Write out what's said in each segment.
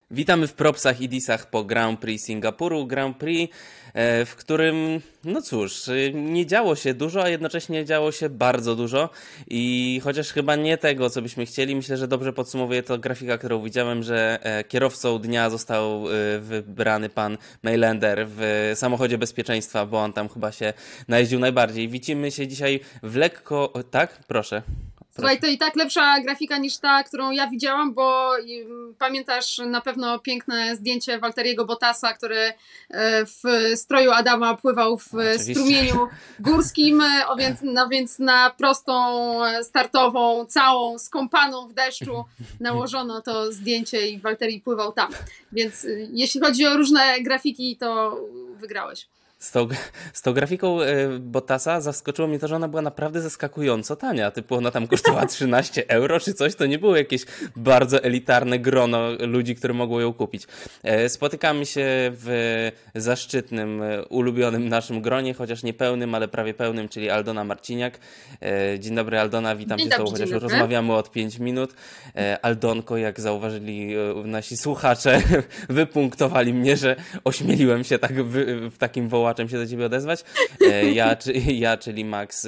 Witamy w propsach i disach po Grand Prix Singapuru. Grand Prix, w którym, no cóż, nie działo się dużo, a jednocześnie działo się bardzo dużo. I chociaż chyba nie tego, co byśmy chcieli, myślę, że dobrze podsumowuje to grafika, którą widziałem, że kierowcą dnia został wybrany pan Maylander w samochodzie bezpieczeństwa, bo on tam chyba się najeździł najbardziej. Widzimy się dzisiaj w lekko... Tak? Proszę. Słuchaj, to i tak lepsza grafika niż ta, którą ja widziałam, bo pamiętasz na pewno piękne zdjęcie Valtteriego Bottasa, który w stroju Adama pływał w Oczywiście. strumieniu górskim, więc na prostą startową, całą skąpaną w deszczu nałożono to zdjęcie i Valtteri pływał tam. Więc jeśli chodzi o różne grafiki, to wygrałeś. Z tą grafiką Bottasa zaskoczyło mnie to, że ona była naprawdę zaskakująco tania. Typu ona tam kosztowała 13 euro czy coś. To nie było jakieś bardzo elitarne grono ludzi, które mogło ją kupić. Spotykamy się w zaszczytnym, ulubionym naszym gronie, chociaż nie pełnym, ale prawie pełnym, czyli Aldona Marciniak. Dzień dobry Aldona, witam cię z tobą, chociaż już rozmawiamy od 5 minut. Aldonko, jak zauważyli nasi słuchacze, wypunktowali mnie, że ośmieliłem się tak w takim wołaniu się do ciebie odezwać. Ja, czyli Max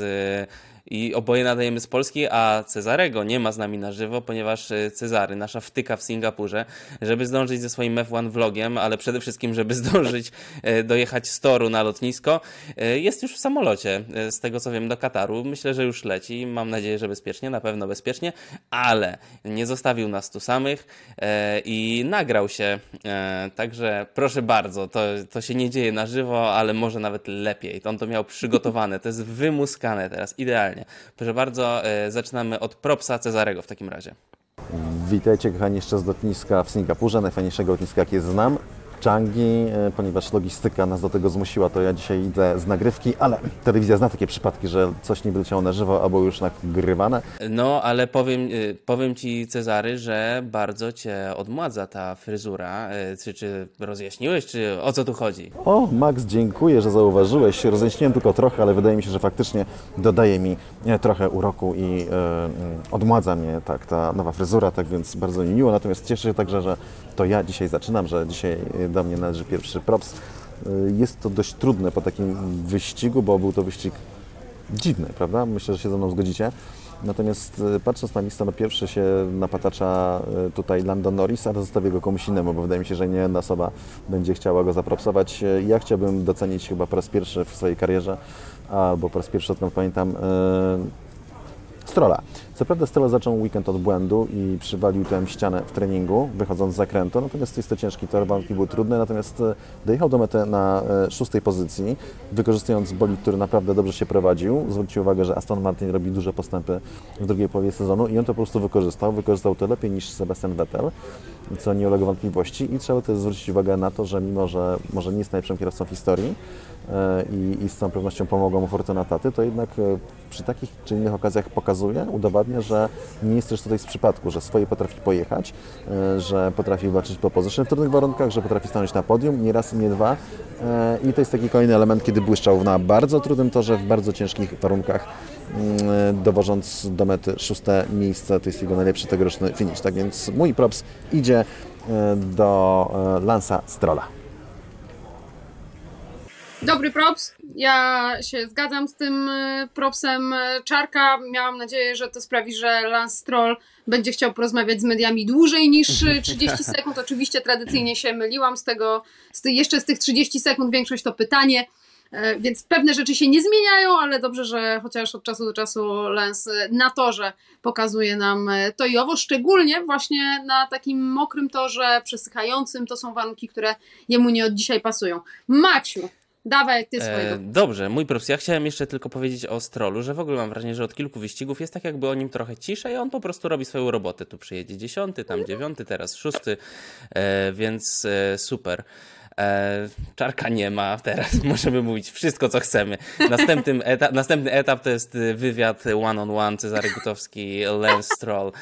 i oboje nadajemy z Polski, a Cezarego nie ma z nami na żywo, ponieważ Cezary, nasza wtyka w Singapurze, żeby zdążyć ze swoim F1 vlogiem, ale przede wszystkim, żeby zdążyć dojechać z toru na lotnisko, jest już w samolocie, z tego co wiem, do Kataru. Myślę, że już leci. Mam nadzieję, że bezpiecznie, na pewno bezpiecznie, ale nie zostawił nas tu samych i nagrał się. Także proszę bardzo, to się nie dzieje na żywo, ale może nawet lepiej. On to miał przygotowane, to jest wymuskane teraz, idealnie. Proszę bardzo, zaczynamy od propsa Cezarego w takim razie. Witajcie kochani jeszcze z lotniska w Singapurze, najfajniejszego lotniska jakie znam. Changi, ponieważ logistyka nas do tego zmusiła, to ja dzisiaj idę z nagrywki, ale telewizja zna takie przypadki, że coś nie leciało na żywo albo już nagrywane. No, ale powiem ci, Cezary, że bardzo cię odmładza ta fryzura. Czy rozjaśniłeś, czy o co tu chodzi? O, Max, dziękuję, że zauważyłeś. Rozjaśniłem tylko trochę, ale wydaje mi się, że faktycznie dodaje mi trochę uroku i odmładza mnie tak ta nowa fryzura, tak więc bardzo mi miło. Natomiast cieszę się także, że to ja dzisiaj zaczynam, że dzisiaj do mnie należy pierwszy props. Jest to dość trudne po takim wyścigu, bo był to wyścig dziwny, prawda? Myślę, że się ze mną zgodzicie. Natomiast patrząc na listę, no pierwszy się napatacza tutaj Lando Norris, ale zostawię go komuś innemu, bo wydaje mi się, że nie jedna osoba będzie chciała go zapropsować. Ja chciałbym docenić chyba po raz pierwszy w swojej karierze, albo po raz pierwszy, odkąd pamiętam, Strolla. Co prawda Stroll zaczął weekend od błędu i przywalił tę ścianę w treningu, wychodząc z zakrętu, natomiast jest to ciężki tor, warunki były trudne, natomiast dojechał do mety na 6. pozycji, wykorzystując bolid, który naprawdę dobrze się prowadził. Zwróćcie uwagę, że Aston Martin robi duże postępy w drugiej połowie sezonu i on to po prostu wykorzystał to lepiej niż Sebastian Vettel, co nie ulega wątpliwości i trzeba też zwrócić uwagę na to, że mimo, że może nie jest najlepszym kierowcą w historii i z całą pewnością pomogła mu fortuna taty, to jednak przy takich czy innych okazjach udowadnia, że nie jest też tutaj z przypadku, że swoje potrafi pojechać, że potrafi walczyć po position w trudnych warunkach, że potrafi stanąć na podium, nie raz i nie dwa. I to jest taki kolejny element, kiedy błyszczał na bardzo trudnym torze, w bardzo ciężkich warunkach, dowożąc do mety 6. miejsce, to jest jego najlepszy tegoroczny finish. Tak więc mój props idzie do Lance'a Strolla. Dobry props. Ja się zgadzam z tym propsem Czarka. Miałam nadzieję, że to sprawi, że Lance Stroll będzie chciał porozmawiać z mediami dłużej niż 30 sekund. Oczywiście tradycyjnie się myliłam jeszcze z tych 30 sekund większość to pytanie, więc pewne rzeczy się nie zmieniają, ale dobrze, że chociaż od czasu do czasu Lance na torze pokazuje nam to i owo, szczególnie właśnie na takim mokrym torze, przesychającym. To są warunki, które jemu nie od dzisiaj pasują. Maksiu, dawaj ty swojego. Dobrze, mój props. Ja chciałem jeszcze tylko powiedzieć o Strollu, że w ogóle mam wrażenie, że od kilku wyścigów jest tak jakby o nim trochę ciszej, a on po prostu robi swoją robotę. Tu przyjedzie 10, tam 9, teraz 6, więc super. Czarka nie ma, teraz możemy mówić wszystko, co chcemy. Następny etap to jest wywiad one-on-one, Cezary Gutowski, Lance Stroll.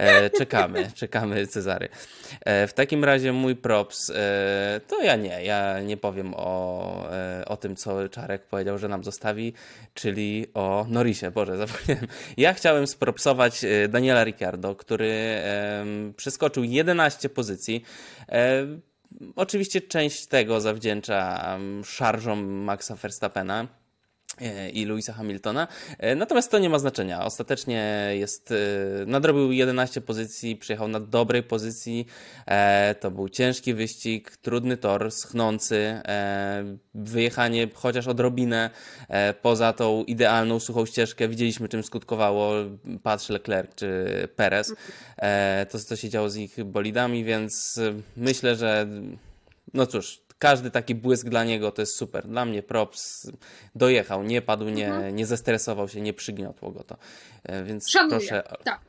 Czekamy Cezary. W takim razie mój props, to ja nie powiem o tym, co Czarek powiedział, że nam zostawi, czyli o Norrisie. Boże, zapomniałem. Ja chciałem spropsować Daniela Ricciardo, który przeskoczył 11 pozycji. Oczywiście część tego zawdzięcza szarżom Maxa Verstappena i Lewisa Hamiltona. Natomiast to nie ma znaczenia. Ostatecznie nadrobił 11 pozycji, przyjechał na dobrej pozycji. To był ciężki wyścig, trudny tor, schnący. Wyjechanie chociaż odrobinę poza tą idealną, suchą ścieżkę. Widzieliśmy, czym skutkowało, patrz Leclerc czy Perez. To, co się działo z ich bolidami, więc myślę, że no cóż, każdy taki błysk dla niego to jest super. Dla mnie props, dojechał, nie padł, nie zestresował się, nie przygniotło go to. Więc Szanuję, proszę. tak.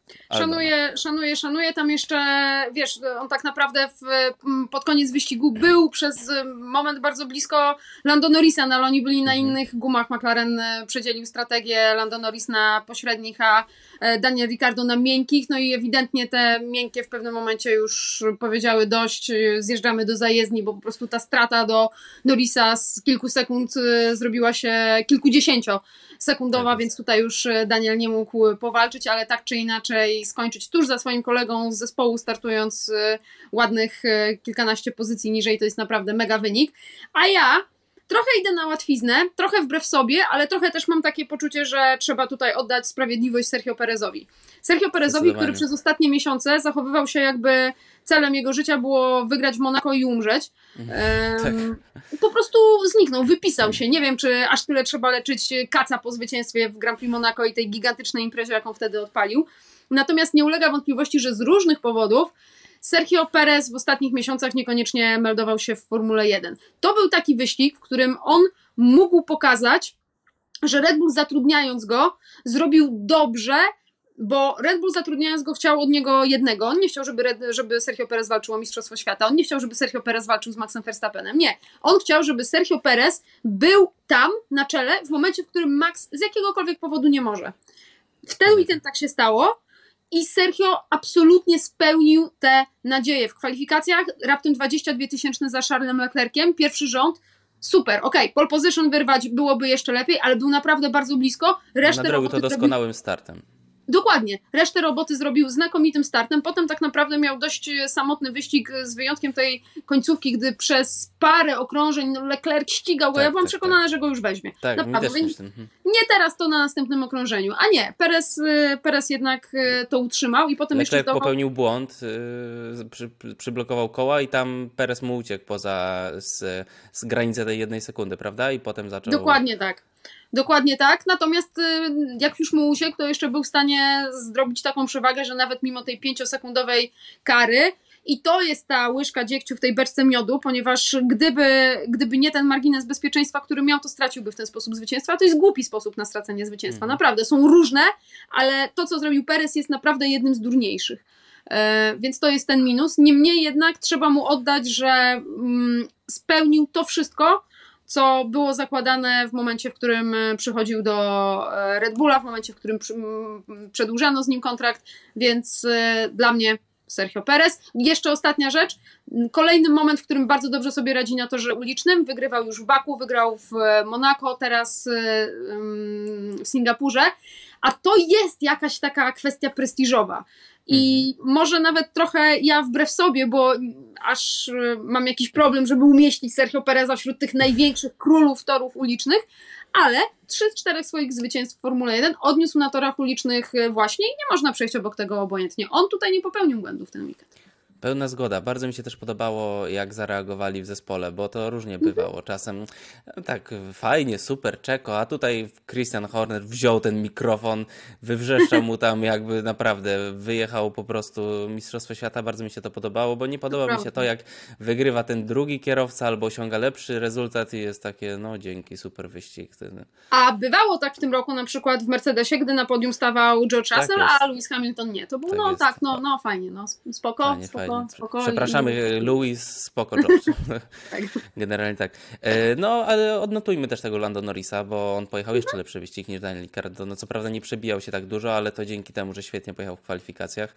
Szanuję. Tam jeszcze, wiesz, on tak naprawdę pod koniec wyścigu był przez moment bardzo blisko Lando Norrisa, no ale oni byli na innych gumach. McLaren przedzielił strategię, Lando Norris na pośrednich, a Daniel Ricciardo na miękkich, no i ewidentnie te miękkie w pewnym momencie już powiedziały dość, zjeżdżamy do zajezdni, bo po prostu ta strata do Norrisa z kilku sekund zrobiła się kilkudziesięciosekundowa, więc tutaj już Daniel nie mógł powalczyć, ale tak czy inaczej skończyć tuż za swoim kolegą z zespołu, startując ładnych kilkanaście pozycji niżej, to jest naprawdę mega wynik. A ja trochę idę na łatwiznę, trochę wbrew sobie, ale trochę też mam takie poczucie, że trzeba tutaj oddać sprawiedliwość Sergio Perezowi. Sergio Perezowi, który przez ostatnie miesiące zachowywał się, jakby celem jego życia było wygrać w Monako i umrzeć. Tak. Po prostu zniknął, wypisał się. Nie wiem, czy aż tyle trzeba leczyć kaca po zwycięstwie w Grand Prix Monaco i tej gigantycznej imprezie, jaką wtedy odpalił. Natomiast nie ulega wątpliwości, że z różnych powodów Sergio Perez w ostatnich miesiącach niekoniecznie meldował się w Formule 1. To był taki wyścig, w którym on mógł pokazać, że Red Bull zatrudniając go zrobił dobrze, bo Red Bull zatrudniając go chciał od niego jednego. On nie chciał, żeby Sergio Perez walczył o Mistrzostwo Świata. On nie chciał, żeby Sergio Perez walczył z Maxem Verstappenem. Nie. On chciał, żeby Sergio Perez był tam na czele w momencie, w którym Max z jakiegokolwiek powodu nie może. W ten weekend tak się stało. I Sergio absolutnie spełnił te nadzieje. W kwalifikacjach raptem 22 tysięczne za Charlesem Leclerciem, pierwszy rząd, super, okej, pole position wyrwać byłoby jeszcze lepiej, ale był naprawdę bardzo blisko. Nadrobił to doskonałym startem. Dokładnie. Resztę roboty zrobił znakomitym startem. Potem tak naprawdę miał dość samotny wyścig z wyjątkiem tej końcówki, gdy przez parę okrążeń Leclerc ścigał go. Ja byłam przekonana, że go już weźmie. Tak, naprawdę. mi też Nie teraz, to na następnym okrążeniu. A nie, Perez jednak to utrzymał i potem Leclerc jeszcze popełnił błąd, przyblokował koła i tam Perez mu uciekł z granicy tej 1 sekundy, prawda? I potem zaczął... Dokładnie tak, natomiast jak już mu uciekł, to jeszcze był w stanie zrobić taką przewagę, że nawet mimo tej 5-sekundowej kary, i to jest ta łyżka dziegciu w tej beczce miodu, ponieważ gdyby nie ten margines bezpieczeństwa, który miał, to straciłby w ten sposób zwycięstwa. To jest głupi sposób na stracenie zwycięstwa, naprawdę. Są różne, ale to, co zrobił Perez, jest naprawdę jednym z durniejszych. Więc to jest ten minus. Niemniej jednak trzeba mu oddać, że spełnił to wszystko, co było zakładane w momencie, w którym przychodził do Red Bulla, w momencie, w którym przedłużano z nim kontrakt, więc dla mnie Sergio Perez. Jeszcze ostatnia rzecz, kolejny moment, w którym bardzo dobrze sobie radzi na torze ulicznym, wygrywał już w Baku, wygrał w Monako, teraz w Singapurze, a to jest jakaś taka kwestia prestiżowa. I może nawet trochę ja wbrew sobie, bo aż mam jakiś problem, żeby umieścić Sergio Pereza wśród tych największych królów torów ulicznych, ale 3 z 4 swoich zwycięstw w Formule 1 odniósł na torach ulicznych właśnie i nie można przejść obok tego obojętnie. On tutaj nie popełnił błędów ten weekend. Pełna zgoda. Bardzo mi się też podobało, jak zareagowali w zespole, bo to różnie bywało. Czasem tak fajnie, super, czeko, a tutaj Christian Horner wziął ten mikrofon, wywrzeszczał mu tam, jakby naprawdę wyjechał po prostu Mistrzostwo Świata. Bardzo mi się to podobało, bo nie podoba mi się to, jak wygrywa ten drugi kierowca albo osiąga lepszy rezultat i jest takie, no dzięki, super wyścig. A bywało tak w tym roku na przykład w Mercedesie, gdy na podium stawał George Russell, a Lewis Hamilton nie. To było fajnie, spoko. spokojnie. Przepraszamy, Louis, spoko, George. Tak. Generalnie tak. No, ale odnotujmy też tego Lando Norrisa, bo on pojechał jeszcze lepszy wyścig niż Daniel Ricciardo. No, co prawda nie przebijał się tak dużo, ale to dzięki temu, że świetnie pojechał w kwalifikacjach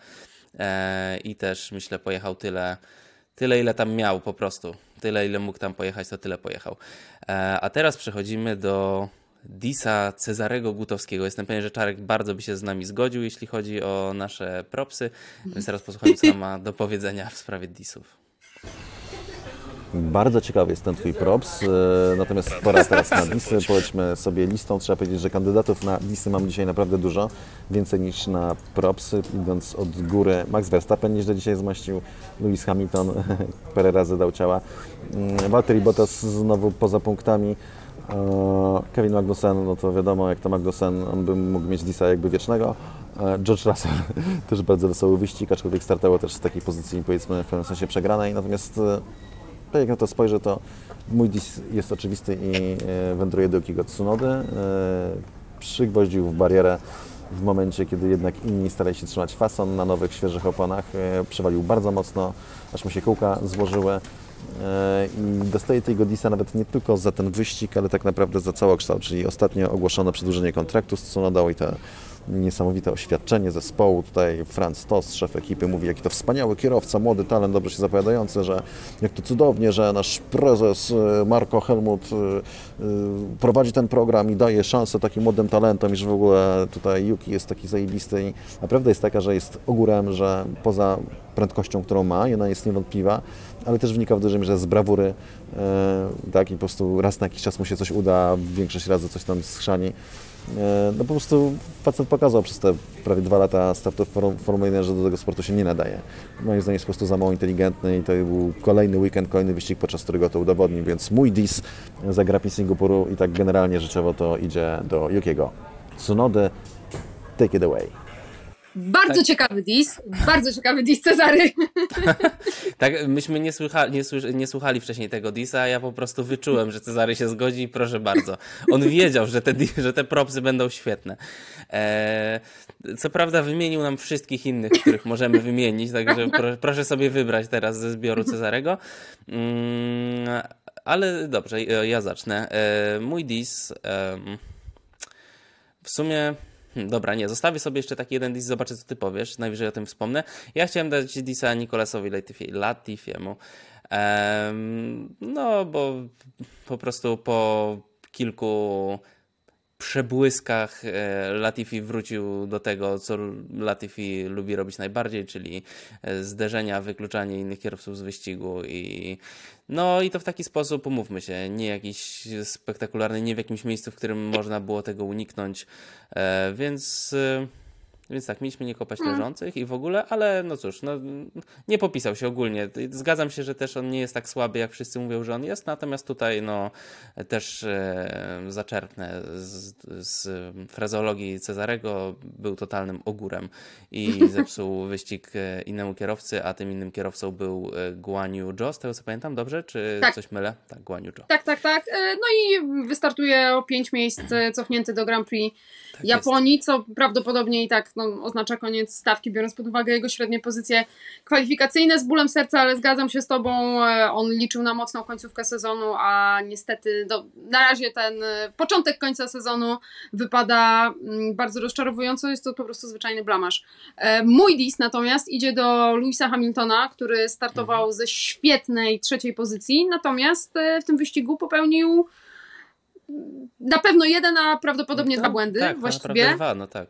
i też myślę pojechał tyle ile tam miał po prostu. Tyle ile mógł tam pojechać, to tyle pojechał. A teraz przechodzimy do Disa Cezarego Gutowskiego. Jestem pewien, że Czarek bardzo by się z nami zgodził, jeśli chodzi o nasze propsy. Więc teraz posłuchajmy, co ma do powiedzenia w sprawie Disów. Bardzo ciekawy jest ten Twój props, natomiast pora teraz na disy. Polećmy sobie listą. Trzeba powiedzieć, że kandydatów na disy mam dzisiaj naprawdę dużo. Więcej niż na propsy. Idąc od góry, Max Verstappen nieźle dzisiaj zmaścił. Lewis Hamilton parę razy dał ciała. Valtteri Bottas znowu poza punktami. Kevin Magnussen, no to wiadomo, jak to Magnussen, on by mógł mieć disa jakby wiecznego. George Russell, też bardzo wesoły wyścig, aczkolwiek startował też z takiej pozycji, powiedzmy, w pewnym sensie przegranej. Natomiast jak na to spojrzę, to mój dis jest oczywisty i wędruje do Yukiego Tsunody. Przygwoździł w barierę w momencie, kiedy jednak inni starali się trzymać fason na nowych, świeżych oponach. Przywalił bardzo mocno, aż mu się kółka złożyły. I dostaje tego disa nawet nie tylko za ten wyścig, ale tak naprawdę za całokształt, czyli ostatnio ogłoszono przedłużenie kontraktu z Tsunodą i to niesamowite oświadczenie zespołu. Tutaj Franz Tost, szef ekipy, mówi, jaki to wspaniały kierowca, młody talent, dobrze się zapowiadający, że jak to cudownie, że nasz prezes Marco Helmut prowadzi ten program i daje szansę takim młodym talentom, iż w ogóle tutaj Yuki jest taki zajebisty. I a prawda jest taka, że jest ogórem, że poza prędkością, którą ma, i ona jest niewątpliwa, ale też wynika w dużej mierze z brawury, tak, i po prostu raz na jakiś czas mu się coś uda, większość razy coś tam schrzani. No po prostu facet pokazał przez te prawie 2 lata startu w Formule 1, że do tego sportu się nie nadaje. Moim zdaniem jest po prostu za mało inteligentny i to był kolejny weekend, kolejny wyścig, podczas którego to udowodnił, więc mój dis za Grand Prix Singapuru i tak generalnie rzeczowo to idzie do Yukiego Tsunody. Take it away. Bardzo ciekawy dis Cezary. Tak, myśmy nie słuchali wcześniej tego disa, a ja po prostu wyczułem, że Cezary się zgodzi i proszę bardzo. On wiedział, że te propsy będą świetne. Co prawda wymienił nam wszystkich innych, których możemy wymienić, także proszę sobie wybrać teraz ze zbioru Cezarego. Ale dobrze, ja zacznę. Mój dis w sumie... Dobra, nie, zostawię sobie jeszcze taki jeden dis, zobaczę, co ty powiesz, najwyżej o tym wspomnę. Ja chciałem dać disa Nicolasowi Latifiemu, no bo po prostu po kilku przebłyskach Latifi wrócił do tego, co Latifi lubi robić najbardziej, czyli zderzenia, wykluczanie innych kierowców z wyścigu i to w taki sposób, umówmy się, nie jakiś spektakularny, nie w jakimś miejscu, w którym można było tego uniknąć, więc tak, mieliśmy nie kopać leżących i w ogóle, ale no cóż, nie popisał się ogólnie. Zgadzam się, że też on nie jest tak słaby, jak wszyscy mówią, że on jest, natomiast tutaj też zaczerpnę z frazeologii Cezarego, był totalnym ogórem i zepsuł wyścig innemu kierowcy, a tym innym kierowcą był Guan Yu Zhou, z tego co pamiętam, dobrze? Czy Tak. Coś mylę? Tak, Guan Yu Zhou. Tak. No i wystartuje o 5 miejsc cofnięty do Grand Prix Tak Japonii, co prawdopodobnie i tak oznacza koniec stawki, biorąc pod uwagę jego średnie pozycje kwalifikacyjne. Z bólem serca, ale zgadzam się z tobą, on liczył na mocną końcówkę sezonu, a niestety na razie ten początek końca sezonu wypada bardzo rozczarowująco, jest to po prostu zwyczajny blamaż. Mój dis natomiast idzie do Lewisa Hamiltona, który startował ze świetnej 3. pozycji, natomiast w tym wyścigu popełnił na pewno 1, a prawdopodobnie 2 błędy właściwie. Tak, 2, no tak.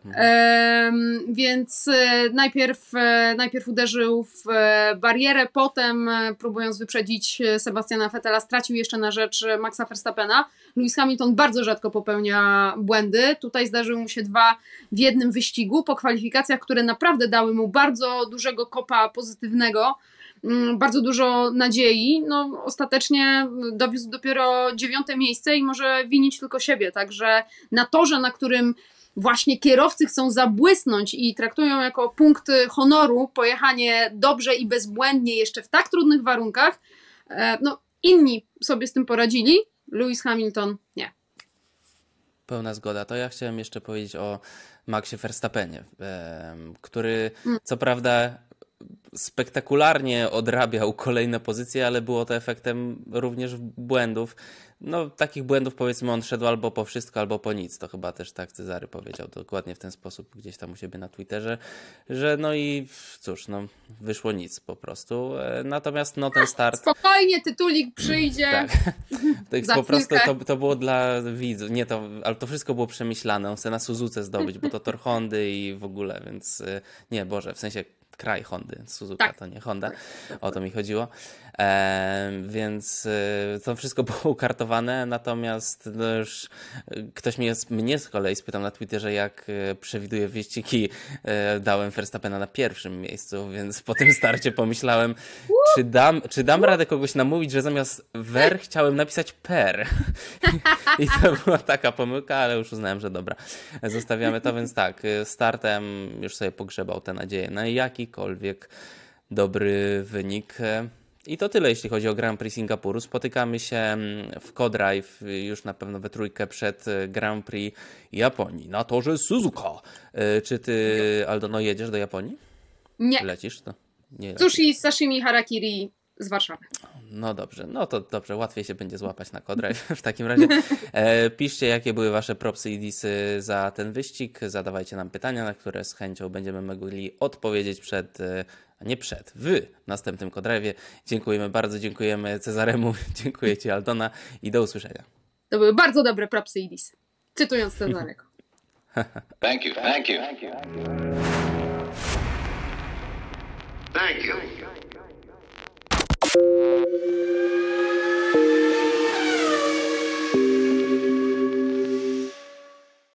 Więc najpierw uderzył w barierę, potem próbując wyprzedzić Sebastiana Vettela, stracił jeszcze na rzecz Maxa Verstappena. Lewis Hamilton bardzo rzadko popełnia błędy. Tutaj zdarzyły mu się 2 w jednym wyścigu po kwalifikacjach, które naprawdę dały mu bardzo dużego kopa pozytywnego. Bardzo dużo nadziei. Ostatecznie dowiózł dopiero 9. miejsce i może winić tylko siebie. Także na torze, na którym właśnie kierowcy chcą zabłysnąć i traktują jako punkt honoru pojechanie dobrze i bezbłędnie jeszcze w tak trudnych warunkach, inni sobie z tym poradzili. Lewis Hamilton nie. Pełna zgoda. To ja chciałem jeszcze powiedzieć o Maxie Verstappenie, który co prawda spektakularnie odrabiał kolejne pozycje, ale było to efektem również błędów. No, takich błędów, powiedzmy, on szedł albo po wszystko, albo po nic. To chyba też tak Cezary powiedział dokładnie w ten sposób gdzieś tam u siebie na Twitterze, że no i cóż, no wyszło nic po prostu. Natomiast no ten start... Spokojnie, tytulik przyjdzie. Tak. Tak Za po prostu chwilkę. to było dla widzów. Nie, ale to wszystko było przemyślane. On chce na Suzuce zdobyć, bo to tor Hondy i w ogóle, więc nie, Boże, w sensie kraj Hondy, Suzuka Tak. to nie Honda, o to mi chodziło. Więc to wszystko było ukartowane, natomiast no już ktoś mnie z kolei spytał na Twitterze, jak przewiduję wyścigi. Dałem Verstappena na pierwszym miejscu, więc po tym starcie pomyślałem, czy dam radę kogoś namówić, że zamiast Ver chciałem napisać Per. I to była taka pomyłka, ale już uznałem, że dobra, zostawiamy to, więc tak, startem już sobie pogrzebał te nadzieje na jakikolwiek dobry wynik. I to tyle, jeśli chodzi o Grand Prix Singapuru. Spotykamy się w Co-Drive już na pewno we trójkę przed Grand Prix Japonii na torze Suzuka. Czy ty, Aldono, jedziesz do Japonii? Nie. Lecisz? To nie lecisz. Sushi, sashimi, harakiri z Warszawy. No dobrze, no to dobrze, łatwiej się będzie złapać na Co-Drive w takim razie. Piszcie, jakie były wasze propsy i disy za ten wyścig, zadawajcie nam pytania, na które z chęcią będziemy mogli odpowiedzieć w następnym Co-Drive'ie. Dziękujemy bardzo, dziękujemy Cezaremu, dziękuję ci Aldona i do usłyszenia. To były bardzo dobre propsy i disy. Cytując Cezarego. Thank you. Thank you. Thank you.